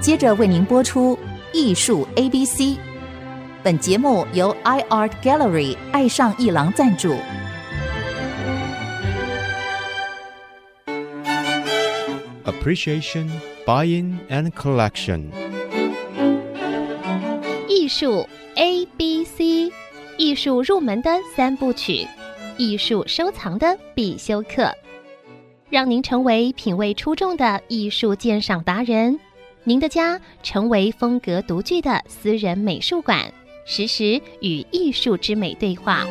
接着为您播出艺术 ABC。 本节目由 iArt Gallery 爱上一郎赞助。 Appreciation, Buying and Collection。 艺术 ABC， 艺术入门的三部曲，艺术收藏的必修课，让您成为品味出众的艺术鉴赏达人，您的家成为风格独具的私人美术馆，时时与艺术之美对话。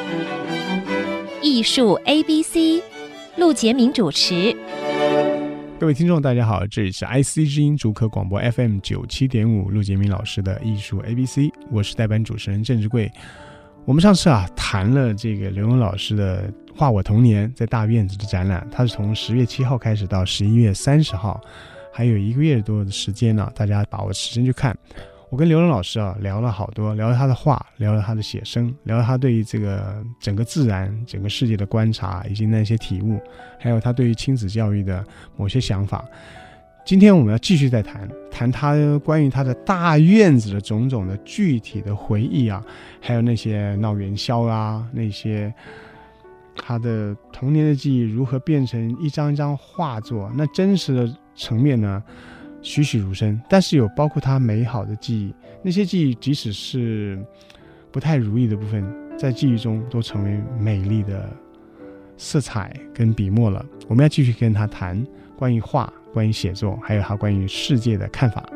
艺术 ABC， 陆杰明主持。 各位听众大家好，这里是 IC 之音竹科广播 FM 97.5 陆杰明老师的艺术 ABC， 我是代班主持人郑志贵。我们上次谈了这个刘墉老师的画我童年在大院子的展览，它是从10月7号开始到11月30号，还有1个月多的时间大家把握时间去看。我跟刘墉老师聊了好多，聊了他的画，聊了他的写生，聊了他对于这个整个自然整个世界的观察以及那些体悟，还有他对于亲子教育的某些想法。今天我们要继续再谈他关于他的大院子的种种的具体的回忆还有那些闹元宵那些他的童年的记忆如何变成一张一张画作，那真实的层面呢栩栩如生，但是有包括他美好的记忆，那些记忆即使是不太如意的部分，在记忆中都成为美丽的色彩跟笔墨了。我们要继续跟他谈关于画，关于写作，还有他关于世界的看法。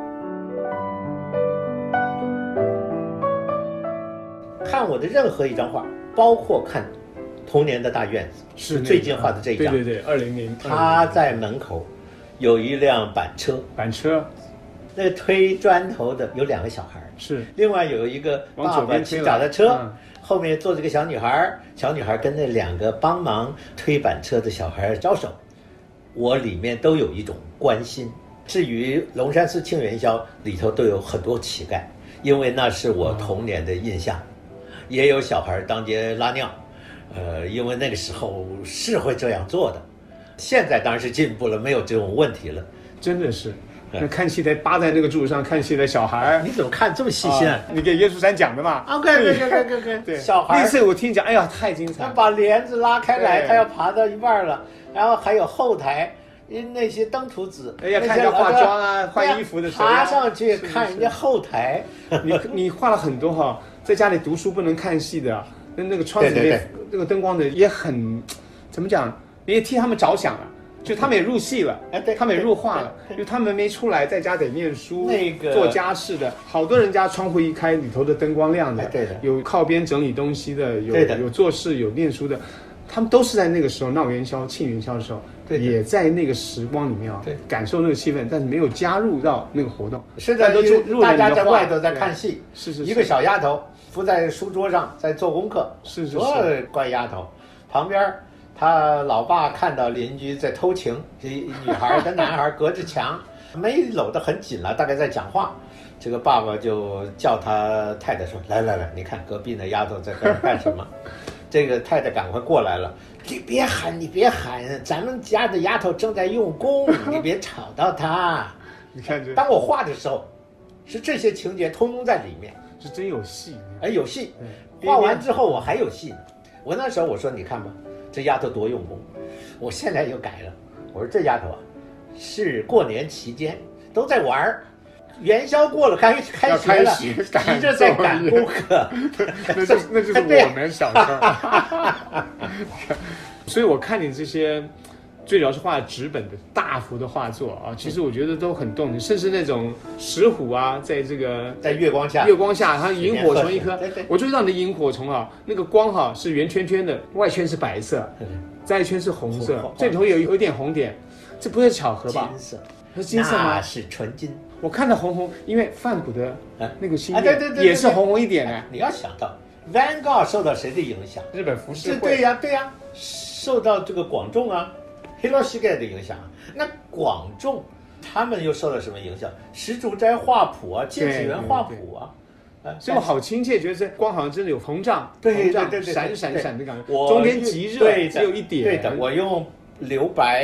看我的任何一张画，包括看童年的大院子，是最近画的这一张。 对，20年， 他在门口有一辆板车，那个推砖头的有2个小孩， 是另外有一个爸爸骑脚踏车，后面坐着个小女孩，小女孩跟那2个帮忙推板车的小孩招手。我里面都有一种关心。至于龙山寺庆元宵里头都有很多乞丐，因为那是我童年的印象。也有小孩当街拉尿，因为那个时候是会这样做的。现在当然是进步了，没有这种问题了。 真的是那看戏台扒在那个柱子上看戏的小孩， 你怎么看这么细心你给耶稣山讲的嘛对，小孩那次我听讲，哎呀太精彩了， 他把帘子拉开来，他要爬到一半了，然后还有后台那些灯徒子， 要看人家化妆换衣服的时候爬上去看人家后台。 你画了很多在家里读书不能看戏的，那个窗子里面那个灯光的也很怎么讲，你也替他们着想了，就他们也入戏了，他们也入画了，因为他们没出来，在家得念书，做家事的，好多人家窗户一开，里头的灯光亮的，有靠边整理东西的，有做事有念书的，他们都是在那个时候闹元宵庆元宵的时候，也在那个时光里面感受那个气氛，但是没有加入到那个活动。 是的，大家在外头在看戏，是一个小丫头伏在书桌上在做功课，多乖丫头。旁边他老爸看到邻居在偷情，女孩跟男孩隔着墙没搂得很紧了，大概在讲话。这个爸爸就叫他太太说：“来，你看隔壁那丫头在干什么？”这个太太赶快过来了，你别喊，咱们家的丫头正在用功，你别吵到她。 你看这， 当我画的时候，是这些情节通通在里面， 是真有戏。 有戏。画完之后我还有戏呢。我那时候我说你看吧，这丫头多用功。我现在又改了，我说这丫头是过年期间都在玩，元宵过了开学了，急着在赶功课。 那就是我们小时候。所以我看你这些最主要是画纸本的大幅的画作其实我觉得都很动人，甚至那种石虎在月光下它萤火虫一颗，我就知道你的萤火虫那个光是圆圈圈的，外圈是白色，再一圈是红色，这里头有一点红点，这不是巧合吧？ 金色， 是金色吗？ 那是纯金。 我看到红，因为梵谷的那个星夜也是红一点呢。 你要想到Van Gogh 受到谁的影响？ 日本浮世绘。 对呀，受到这个广重Hiroshige 的影响。那广重他们又受到什么影响？石竹斋画谱芥子园画谱所以我好亲切，觉得这光好像真的有膨胀， 对， 闪闪的感觉。中间极热，只有一点。 对的，我用留白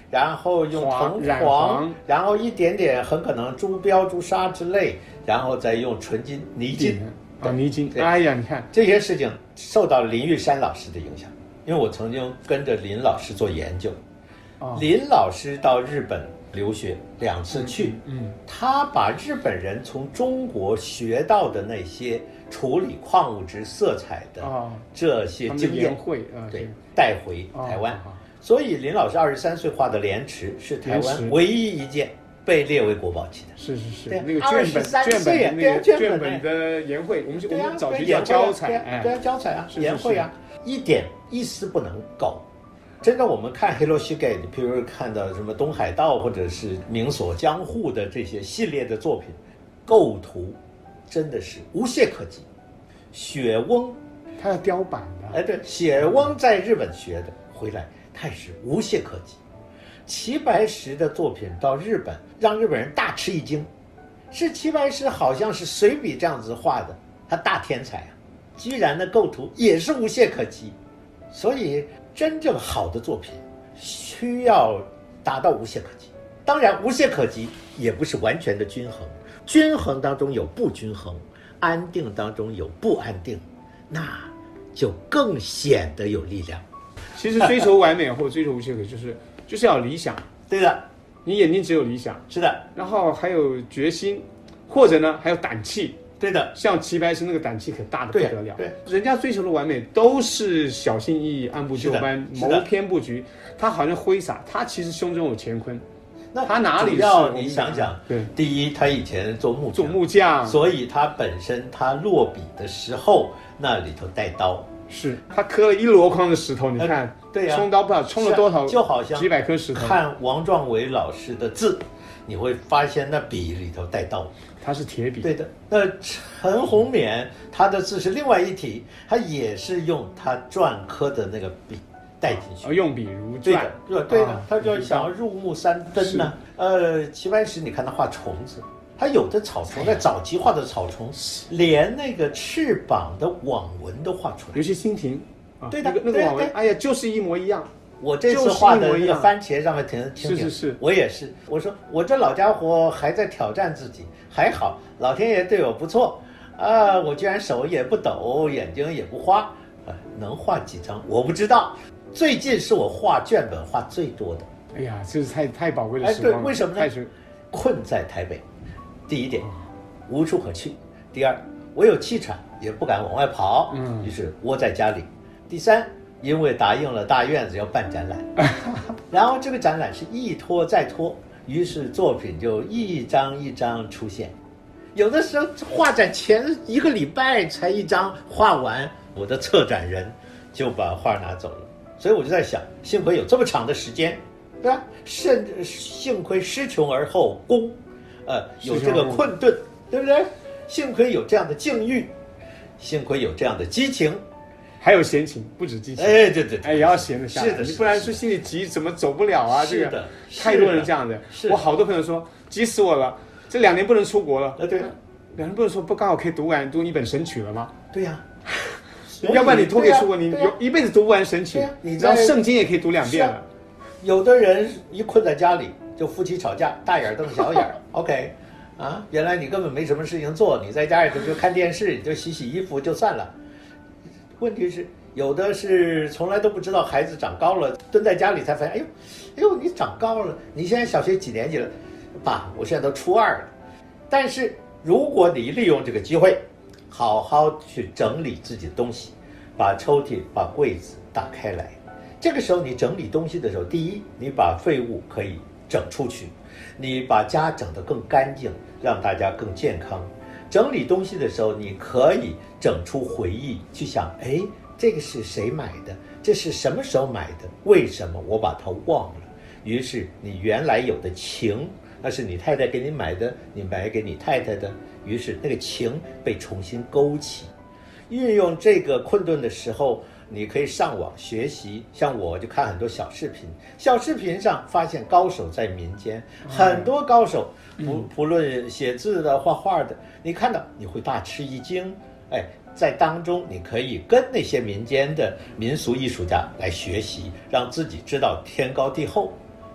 然后用铜黄，然后一点点很可能朱标、朱砂之类，然后再用纯金、泥金泥金。哎呀，你看这些事情受到林玉山老师的影响，因为我曾经跟着林老师做研究。林老师到日本留学2次去，他把日本人从中国学到的那些处理矿物质色彩的这些经验，对，带回台湾。所以林老师23岁画的莲池是台湾唯一一件被列为国宝级的。 是，那个卷本的颜绘，我们早期叫胶彩， 对啊，胶彩啊，颜绘啊，一丝不能苟。真的，我们看黑罗西盖，你比如看到什么东海道或者是明锁江户的这些系列的作品，构图真的是无懈可击。雪翁， 他要雕版的， 对，雪翁在日本学的，回来他也是无懈可击。齐白石的作品到日本，让日本人大吃一惊，是齐白石好像是随笔这样子画的，他大天才啊，居然的构图也是无懈可击。所以真正好的作品需要达到无懈可击，当然无懈可击也不是完全的均衡，均衡当中有不均衡，安定当中有不安定，那就更显得有力量。 其实追求完美或追求无懈可击就是要理想。 对的， 你眼睛只有理想， 是的， 然后还有决心，或者呢还有胆气。 对的， 像齐白石那个胆气可大的不得了。 对， 人家追求的完美都是小心翼翼、按部就班、谋篇布局。他好像挥洒，他其实胸中有乾坤。 那他哪里要你想想？ 对， 第一，他以前做木匠， 所以他本身他落笔的时候那里头带刀。 是他刻了一箩筐的石头，你看， 对呀， 冲刀不知道冲了多少， 就好像几百颗石头。 看王壮伟老师的字，你会发现那笔里头带刀。 他是铁笔。 对的，那陈弘勉他的字是另外一体，他也是用他篆刻的那个笔带进去， 用笔如篆。 对的，他就想要入木三分呢。齐白石你看他画虫子，他有的草虫在早期画的草虫，连那个翅膀的网纹都画出来， 尤其蜻蜓， 对的， 那个网纹，哎呀，就是一模一样。 我这次画的那个番茄上面停， 是， 我也是。我说我这老家伙还在挑战自己，还好老天爷对我不错啊！我居然手也不抖，眼睛也不花，能画几张我不知道。最近是我画卷本画最多的。 哎呀，这是太宝贵的时光了。 对，为什么呢？困在台北，第一点，无处可去；第二，我有气场也不敢往外跑，于是窝在家里；第三，因为答应了大院子要办展览，然后这个展览是一拖再拖，于是作品就一张一张出现。有的时候画展前1个礼拜才一张画完，我的策展人就把画拿走了。所以我就在想，幸亏有这么长的时间，对吧？甚至幸亏失穷而后功，有这个困顿，对不对？幸亏有这样的境遇，幸亏有这样的激情。 还有闲情，不止激情。 哎，对， 哎，也要闲得下来。 是的， 你不然说心里急，怎么走不了啊？ 是的， 太多人这样的。我好多朋友说，急死我了，这2年不能出国了。 对，2 年不能说，不刚好可以读一本《神曲》了吗？ 对呀， 要不然你托给出国，你有一辈子读不完《神曲》，你知道圣经也可以读2遍了。 有的人一困在家里，就夫妻吵架，大眼瞪小眼。OK， 啊，原来你根本没什么事情做，你在家里头就看电视，你就洗衣服就算了。问题是，有的是从来都不知道孩子长高了，蹲在家里才发现，哎呦，你长高了，你现在小学几年级了？爸，我现在都初2了。但是如果你利用这个机会，好好去整理自己的东西，把抽屉、把柜子打开来。这个时候你整理东西的时候，第一，你把废物可以整出去，你把家整得更干净，让大家更健康。整理东西的时候，你可以整出回忆，去想，哎，这个是谁买的？这是什么时候买的？为什么我把它忘了？于是你原来有的情，那是你太太给你买的，你买给你太太的，于是那个情被重新勾起。运用这个困顿的时候，你可以上网学习，像我就看很多小视频，小视频上发现高手在民间，很多高手，不论写字的、画画的，你看到你会大吃一惊。哎，在当中你可以跟那些民间的民俗艺术家来学习，让自己知道天高地厚。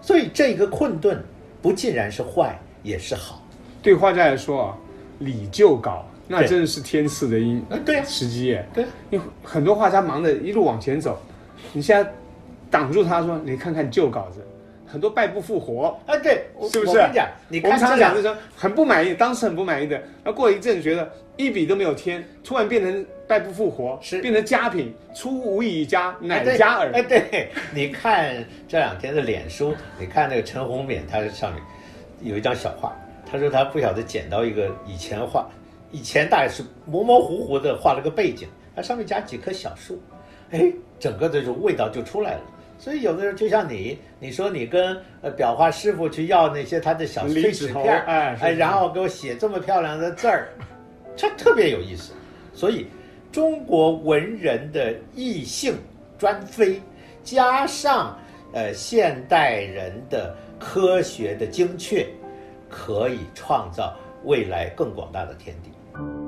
所以这个困顿不尽然是坏，也是好。 对画家来说啊，理就稿那真的是天赐的时机耶。 对， 因为很多画家忙着一路往前走，你现在挡住他说，你看看旧稿子，很多败不复活啊。对， 是不是？ 我跟你讲， 我们常常讲的时候很不满意，当时很不满意的，然后过了一阵觉得一笔都没有添，突然变成败不复活，变成佳品，出无以佳，乃佳耳。 哎，对，你看这两天的脸书，你看那个陈宏勉，他上面有一张小画，他说他不晓得捡到一个以前大概是模模糊糊的画了个背景，它上面加几棵小树，哎，整个的这种味道就出来了。所以有的时候就像你说你跟裱画师傅去要那些他的小碎纸片，然后给我写这么漂亮的字儿，这特别有意思。所以中国文人的异性专飞，加上现代人的科学的精确，可以创造未来更广大的天地。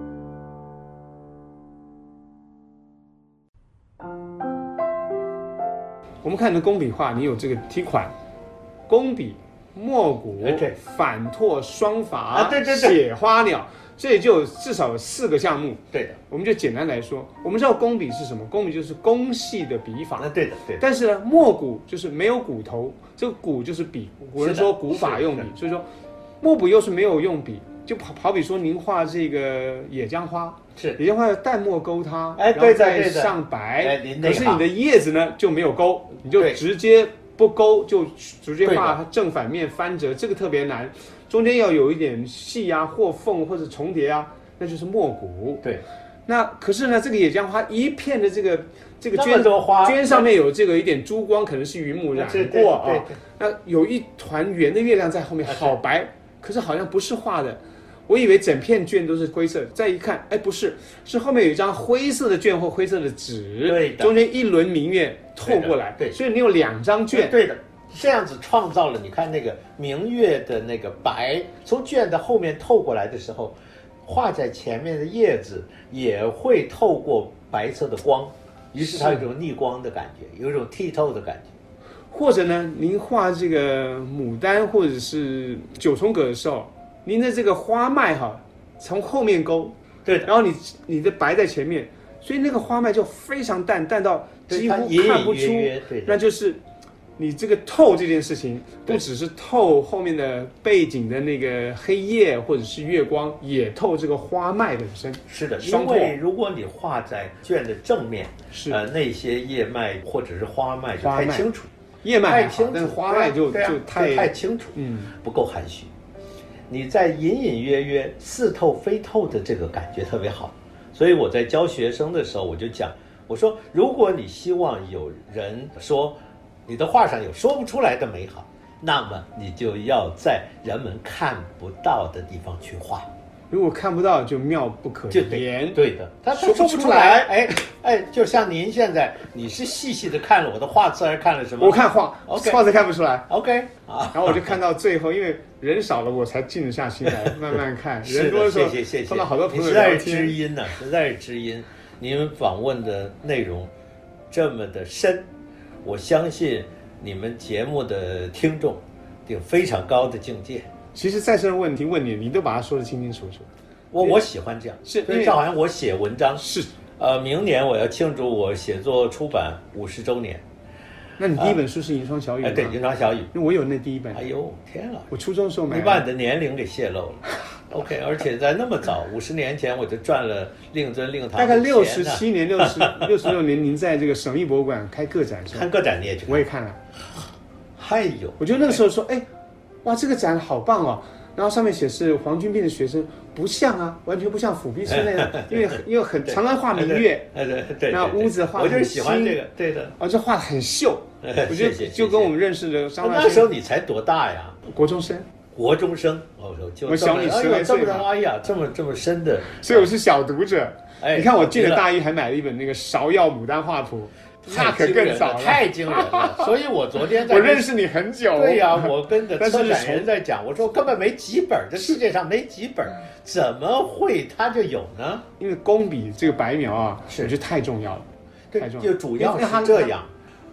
我们看的工笔画，你有这个题款，工笔、墨骨、反拓、双法、写花鸟，这就至少有4个项目。 对的， 我们就简单来说，我们知道工笔是什么？工笔就是工细的笔法。 对的。 但是呢，墨骨就是没有骨头，这个骨就是笔，古人说古法用笔，所以说墨补又是没有用笔。就好比说您画这个野姜花，野姜花要淡墨勾它，然后再上白，可是你的叶子呢就没有勾，你就直接不勾，就直接画它正反面翻折，这个特别难，中间要有一点细啊或缝或者重叠啊，那就是墨骨。 对， 那可是呢，这个野姜花一片的这个绢上面有这个一点珠光，可能是云母染过啊，那有一团圆的月亮在后面，好白，可是好像不是画的。我以为整片卷都是灰色，再一看，哎，不是，是后面有一张灰色的卷或灰色的纸，中间一轮明月透过来， 对， 所以你有2张卷， 对的，这样子创造了，你看那个明月的那个白，从卷的后面透过来的时候，画在前面的叶子也会透过白色的光，于是它有一种逆光的感觉，有一种剔透的感觉。 或者呢，您画这个牡丹或者是9重葛的时候，您的这个花脉哈，从后面勾， 对， 然后你的白在前面，所以那个花脉就非常淡到几乎看不出，那就是你这个透这件事情，不只是透后面的背景的那个黑夜或者是月光，也透这个花脉本身。 是的，因为如果你画在卷的正面，那些叶脉或者是花脉就太清楚， 叶脉太清楚，但是花脉就太清楚，不够含蓄。你在隐隐约约似透非透的这个感觉特别好，所以我在教学生的时候我就讲，我说如果你希望有人说你的画上有说不出来的美好，那么你就要在人们看不到的地方去画。 如果看不到就妙不可言。 对的，他说不出来。哎，就像您现在，你是细细的看了我的画册，还是看了什么？ 我看画，画册看不出来。 OK 啊，然后我就看到最后，因为人少了，我才静得下心来慢慢看。人多的时候，谢谢。碰到好多朋友聊天， 实在是知音呐，实在是知音。您访问的内容这么的深，我相信你们节目的听众有非常高的境界。 其实再深的问题问你，你都把它说得清清楚楚。 我喜欢这样， 是因为这好像我写文章是。 明年我要庆祝我写作出版50周年。 那你第一本书是《银窗小雨》吗？ 对，《银窗小雨》， 因为我有那第一本。 哎呦天啊！ 我初中的时候买。 你把你的年龄给泄露了。OK， 而且在那么早50年前我就赚了令尊令堂。 大概67年、66年，您在这个省艺博物馆开个展上。 看个展你也去？ 我也看了。 哎呦， 我就那个时候说，哇，这个展好棒哦！然后上面写是黄君斌的学生，不像啊，完全不像府弼村那样，因为很常常画明月， 对， 那屋子画， 我就是喜欢这个，对的， 这画的很秀，我觉得就跟我们认识的张大那时候你才多大呀？ 国中生， 我小你10来岁嘛，哎呀，这么深的， 所以我是小读者。你看我进了大一还买了一本那个芍药牡丹画谱。那可更早了， 太惊人了！所以我昨天我认识你很久。 对呀，我跟着策展人在讲，我说根本没几本，这世界上没几本，怎么会它就有呢？ 因为工笔这个白描啊，我觉得太重要了，太重要。 就主要是这样，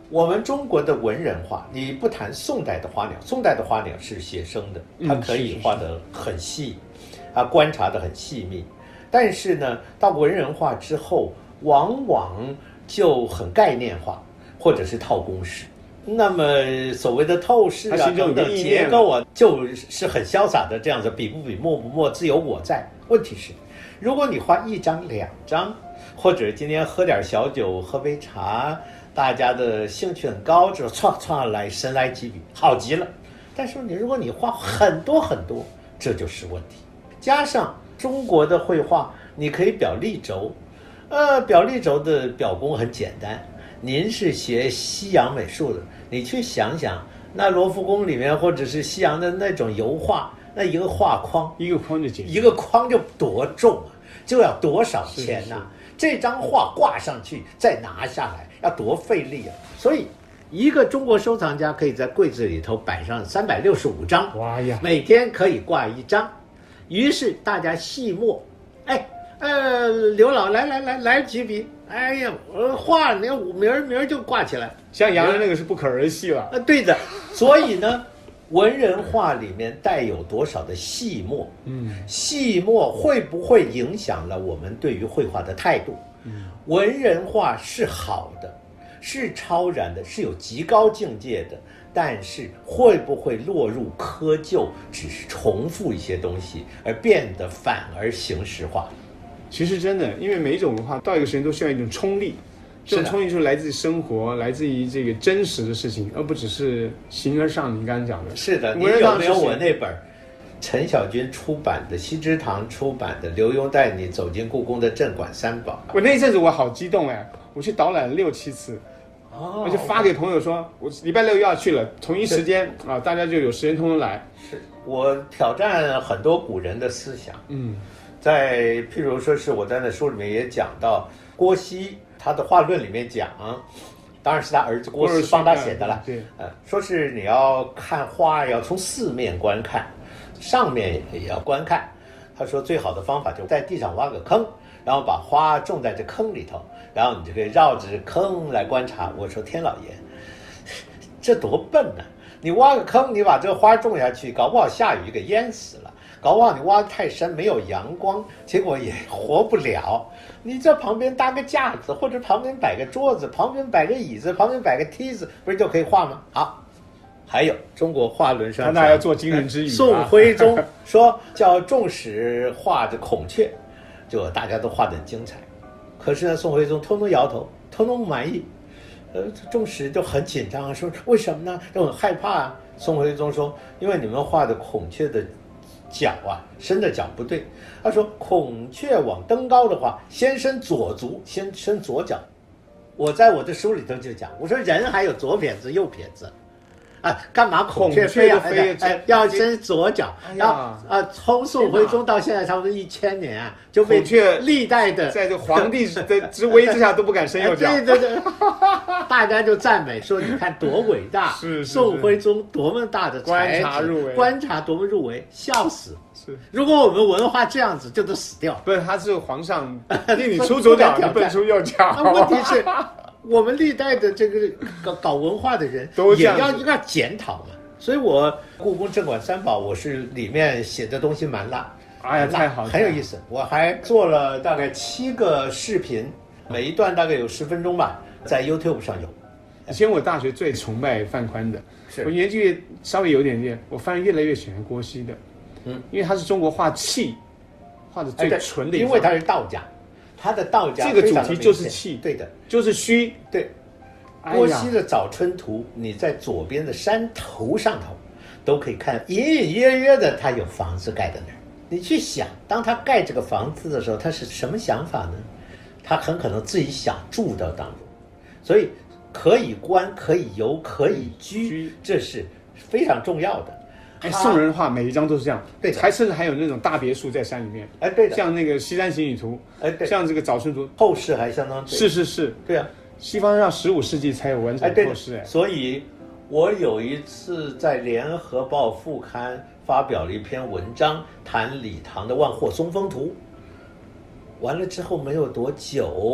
我们中国的文人画，你不谈宋代的花鸟，宋代的花鸟是写生的，它可以画得很细，观察得很细密。但是呢，到文人画之后，往往就很概念化，或者是套公式。那么所谓的透视啊等等结构啊，就是很潇洒的这样子，笔不笔，墨不墨，自有我在。问题是，如果你画1张2张，或者今天喝点小酒，喝杯茶，大家的兴趣很高，就唰来神来几笔，好极了。但是如果你画很多很多，这就是问题。加上中国的绘画，你可以表立轴，表立轴的表功很简单。您是学西洋美术的，你去想想，那罗浮宫里面或者是西洋的那种油画，那一个画框， 一个框就解决， 一个框就多重啊，就要多少钱呐？这张画挂上去再拿下来要多费力啊！所以一个中国收藏家可以在柜子里头摆上365张， 哇呀， 每天可以挂1张。于是大家细墨，刘老来几笔，哎呀，画你看明儿就挂起来。 像洋人那个是不可儿戏了。 对的，所以呢，文人画里面带有多少的细墨？细墨会不会影响了我们对于绘画的态度？文人画是好的，是超然的，是有极高境界的，但是会不会落入窠臼，只是重复一些东西，而变得反而形式化？ 其实真的，因为每一种文化到一个时间都需要一种冲力，这种冲力就是来自于生活，来自于这个真实的事情，而不只是形而上。你刚才讲的是的，你有没有我那本陈小军出版的、西之堂出版的《刘墉带你走进故宫的镇馆三宝》？ 我那一阵子我好激动我去导览了6、7次，我就发给朋友说，我礼拜6又要去了，同一时间啊，大家就有时间通通来。 是我挑战很多古人的思想，在譬如说是我在那书里面也讲到郭熙他的画论里面讲，当然是他儿子郭熙帮他写的了，说是你要看花要从4面观看，上面也要观看。他说最好的方法就是在地上挖个坑，然后把花种在这坑里头，然后你就可以绕着坑来观察。我说天老爷，这多笨呢！你挖个坑，你把这个花种下去，搞不好下雨给淹死了，搞不好你挖得太深没有阳光，结果也活不了。你这旁边搭个架子，或者旁边摆个桌子，旁边摆个椅子，旁边摆个梯子，不是就可以画吗？好，还有中国画论上， 那要做惊人之语。 宋徽宗说叫众使画着孔雀，就大家都画得很精彩。可是呢，宋徽宗通通摇头，通通不满意。众使就很紧张，说为什么呢？就很害怕啊。宋徽宗说，因为你们画的孔雀的脚伸的脚不对。他说孔雀往登高的话，先伸左足，先伸左脚。我在我的书里头就讲，我说人还有左撇子右撇子干嘛孔雀飞要伸左脚？然后从宋徽宗到现在差不多1000年就被历代的在这皇帝的之威之下都不敢伸右脚。 对，大家就赞美说，你看多伟大， 是宋徽宗多么大的才智，观察多么入围，笑死。如果我们文化这样子，就都死掉。 不是，他是皇上令你出左脚，你不能出右脚。 问题是，我们历代的这个搞文化的人也要检讨嘛。所以我故宫镇馆三宝，我是里面写的东西蛮辣。 哎呀，太好了， 很有意思。我还做了大概7个视频，每一段大概有10分钟吧，在 YouTube 上有。 以前我大学最崇拜范宽的，我年纪稍微有点，我反而越来越喜欢郭熙的。因为他是中国画气画的最纯的， 因为他是道家，他的道家这个主题就是气， 对的， 就是虚。 对，郭熙的《早春图》，你在左边的山头上头都可以看，隐隐约约的他有房子盖在那儿。你去想，当他盖这个房子的时候，他是什么想法呢？他很可能自己想住到当中，所以可以观、可以游、可以居，这是非常重要的。 宋人画每一张都是这样， 对， 甚至还有那种大别墅在山里面， 对的， 像那个《西山行旅图》， 对， 像这个《早春图》， 后世还相当对， 是， 对啊， 西方要15世纪才有完整的后世。 所以我有一次在《联合报》副刊发表了一篇文章，谈李唐的《万壑松风图》，完了之后没有多久，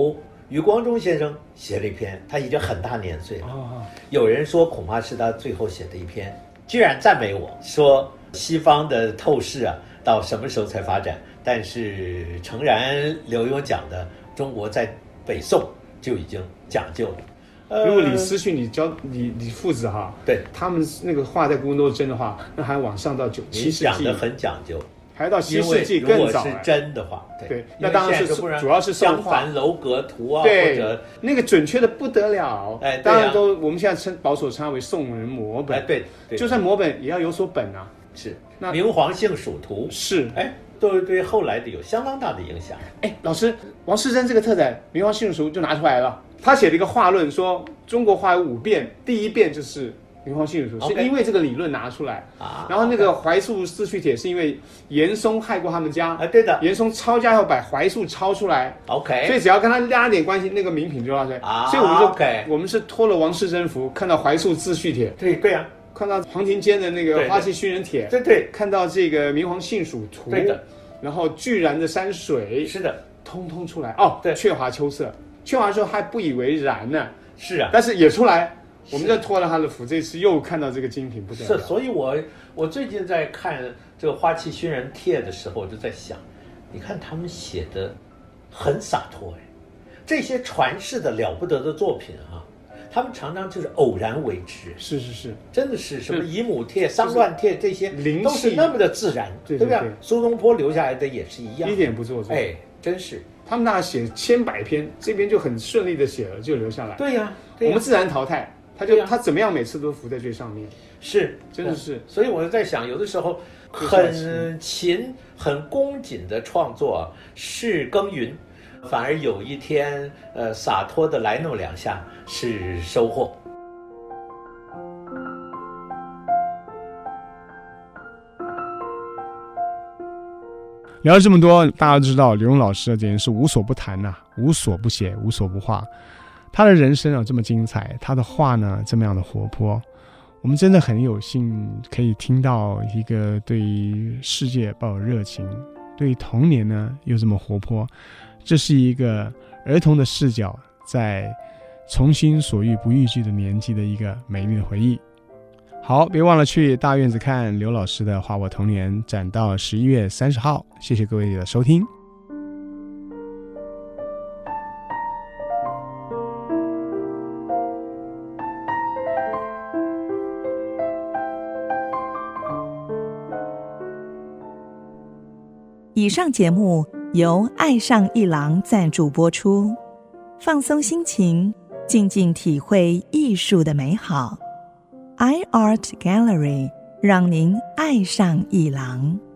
余光中先生写了一篇，他已经很大年岁了。有人说恐怕是他最后写的一篇，居然赞美我说西方的透视啊，到什么时候才发展？但是诚然，刘墉讲的，中国在北宋就已经讲究了。 如果李思训、李父子哈， 对他们那个画在故宫都是真的话，那还往上到9、7世纪， 讲的很讲究。 还到7世纪更早， 如果是真的话， 对，那当然是主要是襄樊楼阁图啊， 对， 或者那个准确的不得了。 哎， 当然都我们现在保守称它为宋人摹本， 哎，对， 就算摹本也要有所本啊。 是，那明皇幸蜀图是， 哎，都对后来的有相当大的影响。 哎，老师，王世贞这个特展《明皇幸蜀图》就拿出来了，他写了一个画论，说中国画有5变，第1变就是明皇幸蜀图，是因为这个理论拿出来啊。然后那个怀素自叙帖是因为严嵩害过他们家， 对的， 严嵩抄家要把怀素抄出来 ，OK， 所以只要跟他拉点关系，那个名品就拉出来啊。所以我们是托了王世贞福，看到怀素自叙帖， 对啊， 看到黄庭坚的那个花气熏人帖， 对， 看到这个明皇幸蜀图， 对的， 然后巨然的山水， 是的， 通通出来哦。对，鹊华秋色，鹊华时候还不以为然呢， 是啊， 但是也出来。我们就托了他的福，这次又看到这个精品不得了。 是，所以我最近在看这个花气熏人帖的时候，我就在想，你看他们写的很洒脱哎，这些传世的了不得的作品啊，他们常常就是偶然为之。 是， 真的是什么乙母帖、丧乱帖这些，都是那么的自然， 对不对？苏东坡留下来的也是一样， 一点不做作。 哎，真是。 他们那写千百篇，这边就很顺利的写了，就留下来。 对呀， 我们自然淘汰。他怎么样，每次都浮在最上面， 是， 真的是。 所以我在想，有的时候很勤、很恭谨的创作是耕耘，反而有一天，洒脱的来弄2下是收获。 聊了这么多，大家都知道刘墉老师简直是无所不谈呐，无所不写，无所不画。他的人生啊这么精彩，他的画呢这么样的活泼，我们真的很有幸可以听到一个对于世界抱有热情，对于童年呢又这么活泼，这是一个儿童的视角在重新所遇不逾矩的年纪的一个美丽的回忆。好，别忘了去大院子看刘老师的画我童年，展到11月30号。谢谢各位的收听。 以上节目由爱上一郎赞助播出，放松心情，静静体会艺术的美好。iArt Gallery 让您爱上一郎。